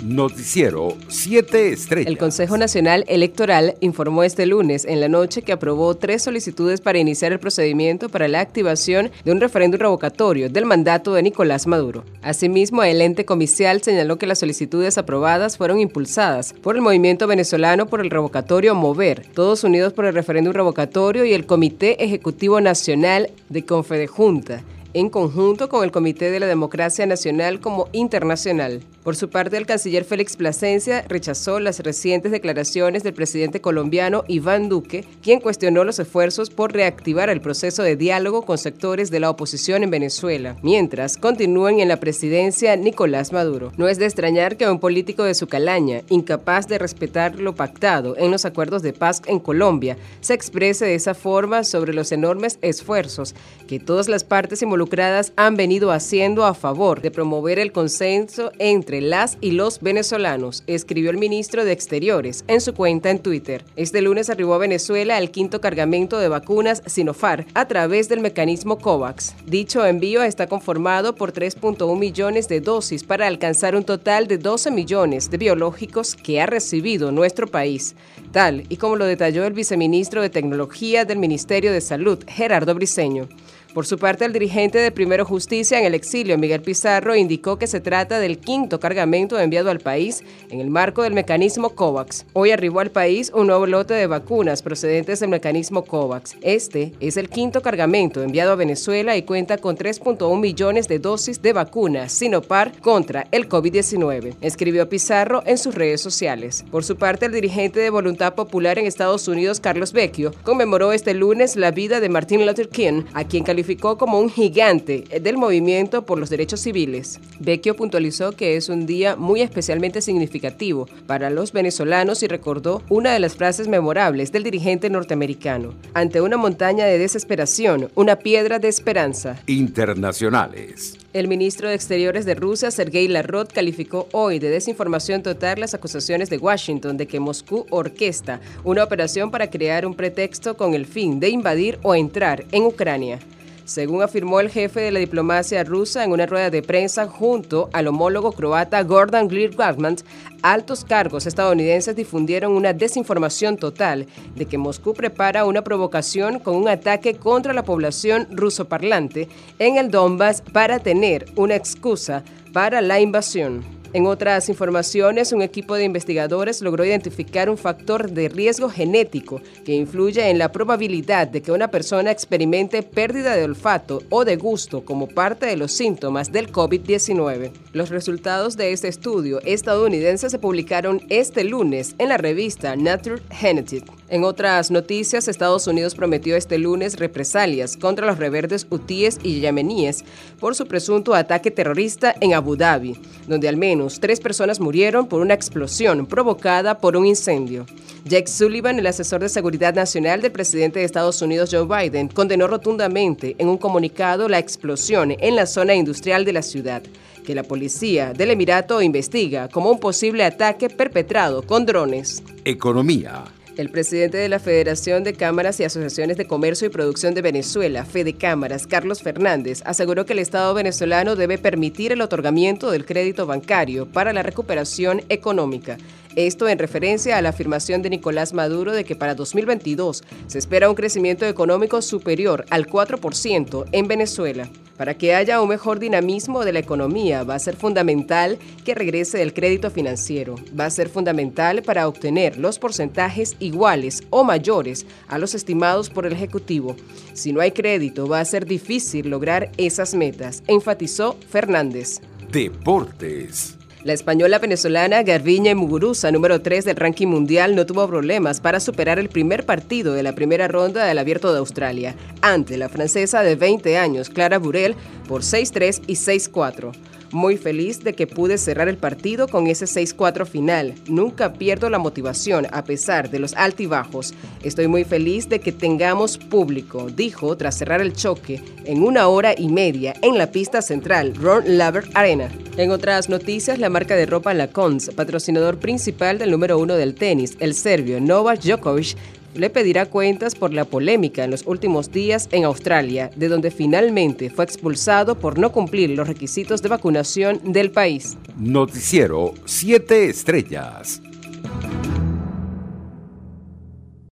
Noticiero 7 Estrellas. El Consejo Nacional Electoral informó este lunes en la noche que aprobó 3 solicitudes para iniciar el procedimiento para la activación de un referéndum revocatorio del mandato de Nicolás Maduro. Asimismo, el ente comicial señaló que las solicitudes aprobadas fueron impulsadas por el Movimiento Venezolano por el Revocatorio Mover, Todos Unidos por el Referéndum Revocatorio y el Comité Ejecutivo Nacional de Confedejunta, en conjunto con el Comité de la Democracia Nacional como Internacional. Por su parte, el canciller Félix Plasencia rechazó las recientes declaraciones del presidente colombiano Iván Duque, quien cuestionó los esfuerzos por reactivar el proceso de diálogo con sectores de la oposición en Venezuela, mientras continúan en la presidencia Nicolás Maduro. No es de extrañar que un político de su calaña, incapaz de respetar lo pactado en los acuerdos de paz en Colombia, se exprese de esa forma sobre los enormes esfuerzos que todas las partes involucradas han venido haciendo a favor de promover el consenso entre las y los venezolanos, escribió el ministro de Exteriores en su cuenta en Twitter. Este lunes arribó a Venezuela el 5º cargamento de vacunas Sinopharm a través del mecanismo COVAX. Dicho envío está conformado por 3.1 millones de dosis para alcanzar un total de 12 millones de biológicos que ha recibido nuestro país, tal y como lo detalló el viceministro de Tecnología del Ministerio de Salud, Gerardo Briceño. Por su parte, el dirigente de Primero Justicia en el exilio, Miguel Pizarro, indicó que se trata del 5º cargamento enviado al país en el marco del mecanismo COVAX. Hoy arribó al país un nuevo lote de vacunas procedentes del mecanismo COVAX. Este es el 5º cargamento enviado a Venezuela y cuenta con 3.1 millones de dosis de vacunas Sinopharm contra el COVID-19, escribió Pizarro en sus redes sociales. Por su parte, el dirigente de Voluntad Popular en Estados Unidos, Carlos Vecchio, conmemoró este lunes la vida de Martin Luther King, a quien calificó como un gigante del movimiento por los derechos civiles. Vecchio puntualizó que es un día muy especialmente significativo para los venezolanos y recordó una de las frases memorables del dirigente norteamericano: ante una montaña de desesperación, una piedra de esperanza. Internacionales. El ministro de Exteriores de Rusia, Sergei Lavrov, calificó hoy de desinformación total las acusaciones de Washington de que Moscú orquesta una operación para crear un pretexto con el fin de invadir o entrar en Ucrania. Según afirmó el jefe de la diplomacia rusa en una rueda de prensa junto al homólogo croata Gordon Grlic-Radman, altos cargos estadounidenses difundieron una desinformación total de que Moscú prepara una provocación con un ataque contra la población rusoparlante en el Donbass para tener una excusa para la invasión. En otras informaciones, un equipo de investigadores logró identificar un factor de riesgo genético que influye en la probabilidad de que una persona experimente pérdida de olfato o de gusto como parte de los síntomas del COVID-19. Los resultados de este estudio estadounidense se publicaron este lunes en la revista Nature Genetic. En otras noticias, Estados Unidos prometió este lunes represalias contra los rebeldes hutíes y yemeníes por su presunto ataque terrorista en Abu Dhabi, donde al menos 3 personas murieron por una explosión provocada por un incendio. Jake Sullivan, el asesor de seguridad nacional del presidente de Estados Unidos, Joe Biden, condenó rotundamente en un comunicado la explosión en la zona industrial de la ciudad, que la policía del Emirato investiga como un posible ataque perpetrado con drones. Economía. El presidente de la Federación de Cámaras y Asociaciones de Comercio y Producción de Venezuela, Fedecámaras, Carlos Fernández, aseguró que el Estado venezolano debe permitir el otorgamiento del crédito bancario para la recuperación económica. Esto en referencia a la afirmación de Nicolás Maduro de que para 2022 se espera un crecimiento económico superior al 4% en Venezuela. Para que haya un mejor dinamismo de la economía, va a ser fundamental que regrese el crédito financiero. Va a ser fundamental para obtener los porcentajes iguales o mayores a los estimados por el Ejecutivo. Si no hay crédito, va a ser difícil lograr esas metas, enfatizó Fernández. Deportes. La española venezolana Garbiñe Muguruza, número 3 del ranking mundial, no tuvo problemas para superar el primer partido de la primera ronda del Abierto de Australia, ante la francesa de 20 años, Clara Burel, por 6-3 y 6-4. Muy feliz de que pude cerrar el partido con ese 6-4 final. Nunca pierdo la motivación a pesar de los altibajos. Estoy muy feliz de que tengamos público, dijo tras cerrar el choque en 1 hora y media en la pista central Ron Laver Arena. En otras noticias, la marca de ropa Lacoste, patrocinador principal del número 1 del tenis, el serbio Novak Djokovic, le pedirá cuentas por la polémica en los últimos días en Australia, de donde finalmente fue expulsado por no cumplir los requisitos de vacunación del país. Noticiero 7 Estrellas.